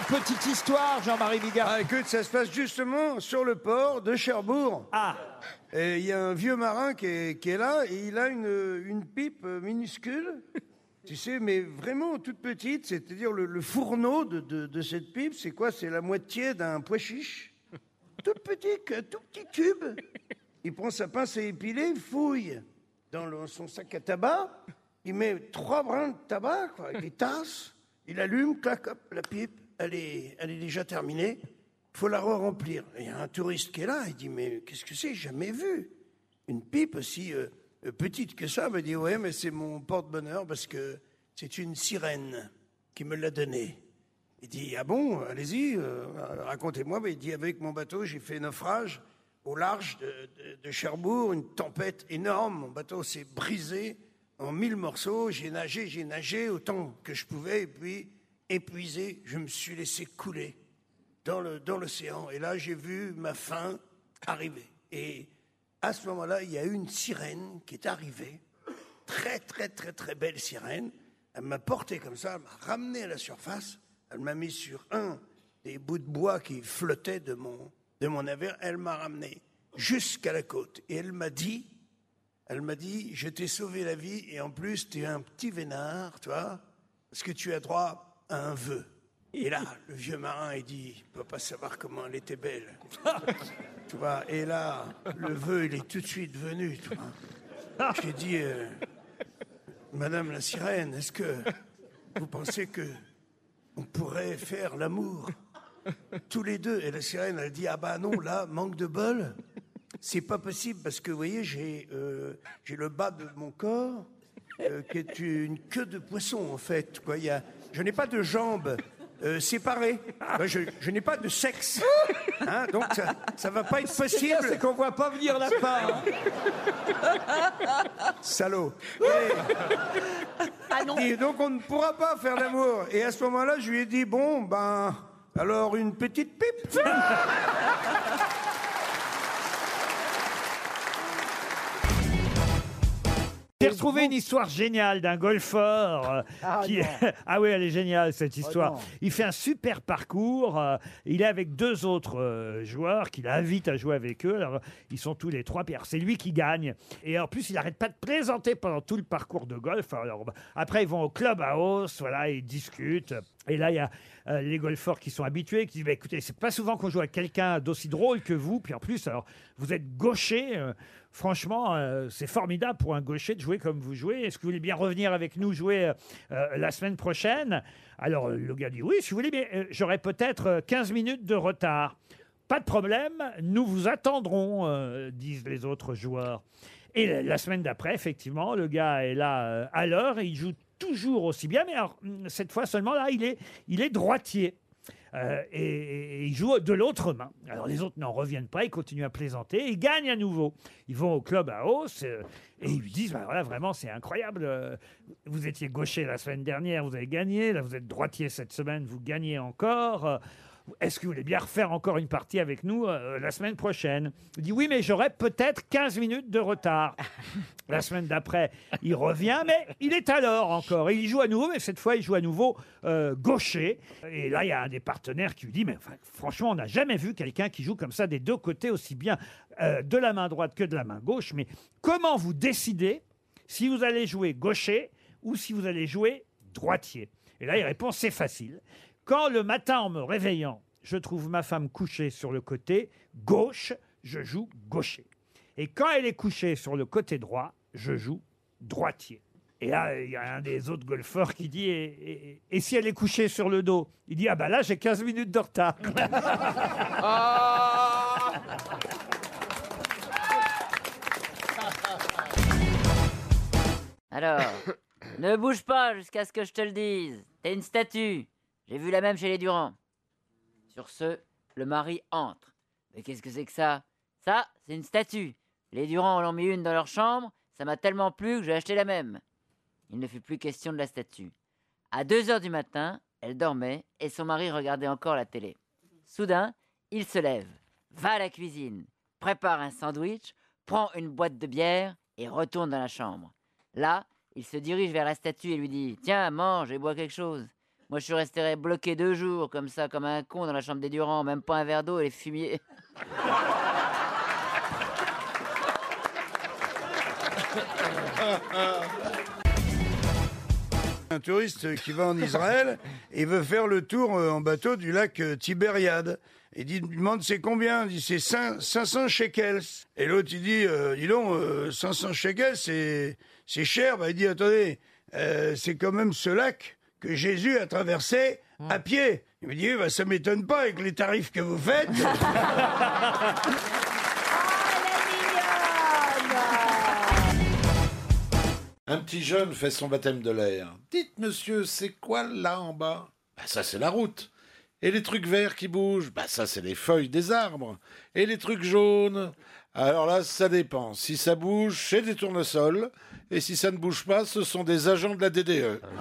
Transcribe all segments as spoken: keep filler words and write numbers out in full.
petite histoire, Jean-Marie Bigard. Ah, écoute, ça se passe justement sur le port de Cherbourg. Ah. Et il y a un vieux marin qui est, qui est là et il a une, une pipe minuscule, tu sais, mais vraiment toute petite. C'est-à-dire le, le fourneau de, de, de cette pipe, c'est quoi? C'est la moitié d'un pois chiche. Tout petit, tout petit tube. Il prend sa pince à épiler, il fouille dans le, son sac à tabac, il met trois brins de tabac, quoi, il les tasse, il allume, clac, hop, la pipe, elle est, elle est déjà terminée, il faut la re-remplir. Il y a un touriste qui est là, il dit, mais qu'est-ce que c'est? Jamais vu une pipe aussi euh, petite que ça. Il me dit, ouais, mais c'est mon porte-bonheur parce que c'est une sirène qui me l'a donnée. Il dit, ah bon, allez-y, euh, racontez-moi. Il dit, avec mon bateau, j'ai fait naufrage au large de, de, de Cherbourg, une tempête énorme. Mon bateau s'est brisé en mille morceaux. J'ai nagé, j'ai nagé autant que je pouvais. Et puis, épuisé, je me suis laissé couler dans le, dans l'océan. Et là, j'ai vu ma fin arriver. Et à ce moment-là, il y a eu une sirène qui est arrivée. Très, très, très, très belle sirène. Elle m'a porté comme ça, elle m'a ramené à la surface. Elle m'a mis sur un des bouts de bois qui flottaient de mon... de mon navire, elle m'a ramené jusqu'à la côte. Et elle m'a dit, elle m'a dit, je t'ai sauvé la vie et en plus, tu es un petit vénard, toi, parce que tu as droit à un vœu. Et là, le vieux marin, il dit, il ne peut pas savoir comment elle était belle. Tu vois, et là, le vœu, il est tout de suite venu, tu vois. J'ai dit, euh, Madame la sirène, est-ce que vous pensez que on pourrait faire l'amour tous les deux? Et la sirène, elle dit, ah bah non, là, manque de bol, c'est pas possible, parce que, vous voyez, j'ai euh, j'ai le bas de mon corps euh, qui est une queue de poisson, en fait. Quoi. Il y a, je n'ai pas de jambes euh, séparées, Moi, je, je n'ai pas de sexe, hein, donc ça, ça va pas être possible. C'est qu'on voit pas venir la part. Hein. Salaud. Et, Ah non. et donc, on ne pourra pas faire l'amour. Et à ce moment-là, je lui ai dit, bon, ben... alors, une petite pipe. J'ai retrouvé une histoire géniale d'un golfeur. euh, Ah, qui... non. ah oui, elle est géniale cette histoire. non. Il fait un super parcours. euh, il est avec deux autres euh, joueurs qu'il invite à jouer avec eux. Alors, ils sont tous les trois. Puis alors, c'est lui qui gagne. Et en plus, il n'arrête pas de plaisanter pendant tout le parcours de golf. Alors, bah, après, ils vont au clubhouse. Voilà, ils discutent. Et là, il y a euh, les golfeurs qui sont habitués, qui disent bah, écoutez, c'est pas souvent qu'on joue avec quelqu'un d'aussi drôle que vous. Puis en plus, alors, vous êtes gaucher. euh, franchement, euh, c'est formidable pour un gaucher de jouer comme vous jouez. Est-ce que vous voulez bien revenir avec nous jouer euh, euh, la semaine prochaine? Alors, euh, le gars dit oui, si vous voulez, mais euh, j'aurai peut-être euh, quinze minutes de retard. Pas de problème, nous vous attendrons, euh, disent les autres joueurs. Et la, la semaine d'après, effectivement, le gars est là euh, à l'heure et il joue toujours aussi bien, mais alors, cette fois seulement, là, il est, il est droitier. Euh, et, et il joue de l'autre main. Alors les autres n'en reviennent pas, ils continuent à plaisanter, ils gagnent à nouveau. Ils vont au club à hausse euh, et ils lui disent bah, voilà, vraiment, c'est incroyable. euh, Vous étiez gaucher la semaine dernière, vous avez gagné. Là, vous êtes droitier cette semaine, vous gagnez encore. euh, Est-ce que vous voulez bien refaire encore une partie avec nous euh, la semaine prochaine? Il dit oui, mais j'aurai peut-être quinze minutes de retard. La semaine d'après, il revient, mais il est à l'heure encore. Il joue à nouveau, mais cette fois, il joue à nouveau euh, gaucher. Et là, il y a un des partenaires qui lui dit mais enfin, franchement, on n'a jamais vu quelqu'un qui joue comme ça des deux côtés, aussi bien euh, de la main droite que de la main gauche. Mais comment vous décidez si vous allez jouer gaucher ou si vous allez jouer droitier? Et là, il répond c'est facile. Quand le matin, en me réveillant, je trouve ma femme couchée sur le côté gauche, je joue gaucher. Et quand elle est couchée sur le côté droit, je joue droitier. Et là, il y a un des autres golfeurs qui dit et, et- et si elle est couchée sur le dos? Il dit ah bah là, j'ai quinze minutes de retard. Alors, ne bouge pas jusqu'à ce que je te le dise. T'es une statue. J'ai vu la même chez les Durand. Sur ce, le mari entre. Mais qu'est-ce que c'est que ça? Ça, c'est une statue. Les Durand en ont mis une dans leur chambre. Ça m'a tellement plu que j'ai acheté la même. Il ne fut plus question de la statue. À deux heures du matin, elle dormait et son mari regardait encore la télé. Soudain, il se lève, va à la cuisine, prépare un sandwich, prend une boîte de bière et retourne dans la chambre. Là, il se dirige vers la statue et lui dit « Tiens, mange et bois quelque chose. » Moi, je suis resté bloqué deux jours, comme ça, comme un con dans la chambre des Durand. Même pas un verre d'eau et les fumiers. Un touriste qui va en Israël et veut faire le tour euh, en bateau du lac euh, Tibériade. Il dit, il demande c'est combien? Il dit c'est cinq cents shekels. Et l'autre il dit, euh, dis donc, euh, cinq cents shekels c'est c'est cher. Bah, il dit attendez, euh, c'est quand même ce lac que Jésus a traversé à pied. Il me dit bah, ça m'étonne pas avec les tarifs que vous faites. Un petit jeune fait son baptême de l'air. Dites, monsieur, c'est quoi là en bas? Bah, ça, c'est la route. Et les trucs verts qui bougent? Bah, ça, c'est les feuilles des arbres. Et les trucs jaunes? Alors là, ça dépend. Si ça bouge, c'est des tournesols. Et si ça ne bouge pas, ce sont des agents de la D D E.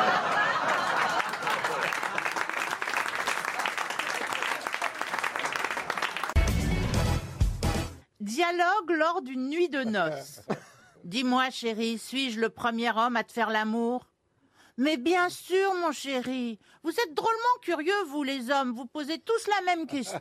Dialogue lors d'une nuit de noces. Dis-moi, chérie, suis-je le premier homme à te faire l'amour? Mais bien sûr, mon chéri. Vous êtes drôlement curieux, vous, les hommes. Vous posez tous la même question.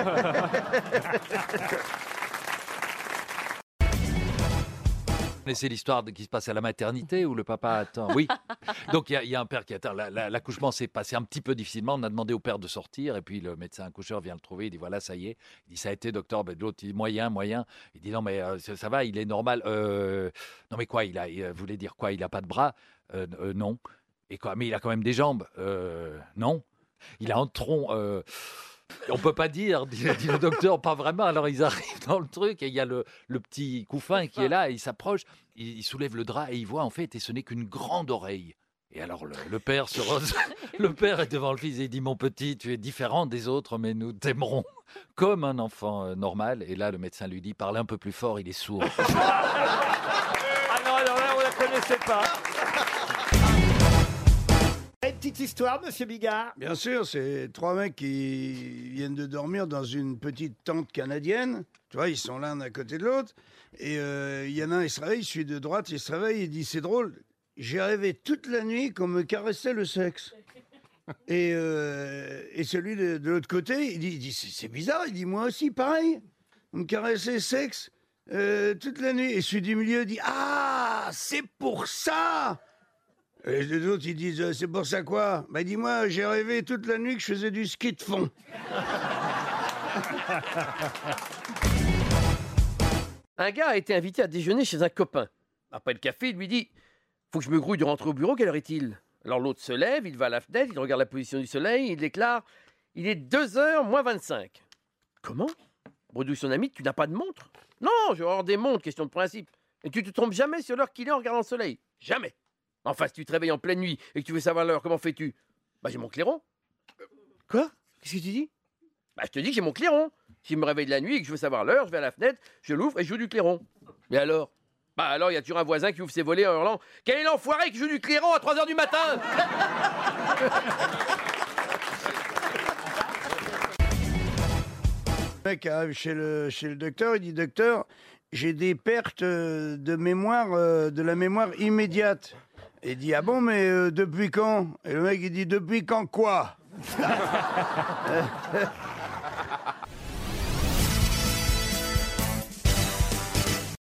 Vous connaissez l'histoire de- qui se passe à la maternité où le papa attend. Oui. Donc il y, a- il y a un père qui attend. La- la- L'accouchement s'est passé un petit peu difficilement. On a demandé au père de sortir et puis le médecin accoucheur vient le trouver. Il dit voilà, ça y est. Il dit ça a été, docteur. Ben, l'autre il dit moyen, moyen. Il dit non mais euh, ça, ça va, il est normal. Euh, non mais quoi, il a, il euh, voulait dire quoi? Il a pas de bras? Euh, euh, Non. Et quoi? Mais il a quand même des jambes? Euh, Non. Il a un tronc. Euh, on peut pas dire, dit, dit le docteur, pas vraiment. Alors ils arrivent dans le truc et il y a le, le petit couffin qui est là et il s'approche, il, il soulève le drap et il voit en fait, et ce n'est qu'une grande oreille. Et alors le, le père se re- le père est devant le fils et il dit mon petit, tu es différent des autres, mais nous t'aimerons comme un enfant euh, normal. Et là le médecin lui dit parle un peu plus fort, il est sourd. Ah non, alors là, on la connaissait pas. Une petite histoire, monsieur Bigard? Bien sûr, c'est trois mecs qui viennent de dormir dans une petite tente canadienne. Tu vois, ils sont l'un à côté de l'autre. Et euh, il y en a un, il se réveille, celui de droite, il se réveille, il dit c'est drôle, j'ai rêvé toute la nuit qu'on me caressait le sexe. Et, euh, et celui de, de l'autre côté, il dit, il dit c'est c'est bizarre, il dit moi aussi pareil, on me caressait le sexe euh, toute la nuit. Et celui du milieu dit ah, c'est pour ça. Et les autres, ils disent, euh, c'est pour ça quoi? Bah dis-moi, j'ai rêvé toute la nuit que je faisais du ski de fond. Un gars a été invité à déjeuner chez un copain. Après le café, il lui dit « Faut que je me grouille de rentrer au bureau, quelle heure est-il ?» Alors l'autre se lève, il va à la fenêtre, il regarde la position du soleil, il déclare « Il est deux heures moins vingt-cinq. » Comment? Bredouille son ami, tu n'as pas de montre? Non, je vais avoir des montres, question de principe. Et tu te trompes jamais sur l'heure qu'il est en regardant le soleil. Jamais. Enfin, si tu te réveilles en pleine nuit et que tu veux savoir l'heure, comment fais-tu? Bah j'ai mon clairon. Quoi? Qu'est-ce que tu dis? Bah je te dis que j'ai mon clairon. Si je me réveille de la nuit et que je veux savoir l'heure, je vais à la fenêtre, je l'ouvre et je joue du clairon. Mais alors? Bah alors, il y a toujours un voisin qui ouvre ses volets en hurlant « Quel est l'enfoiré qui joue du clairon à trois heures du matin ?» Le mec arrive chez le, chez le docteur, il dit docteur, j'ai des pertes euh, de mémoire, euh, de la mémoire immédiate. Et il dit ah bon, mais euh, depuis quand? Et le mec il dit depuis quand quoi?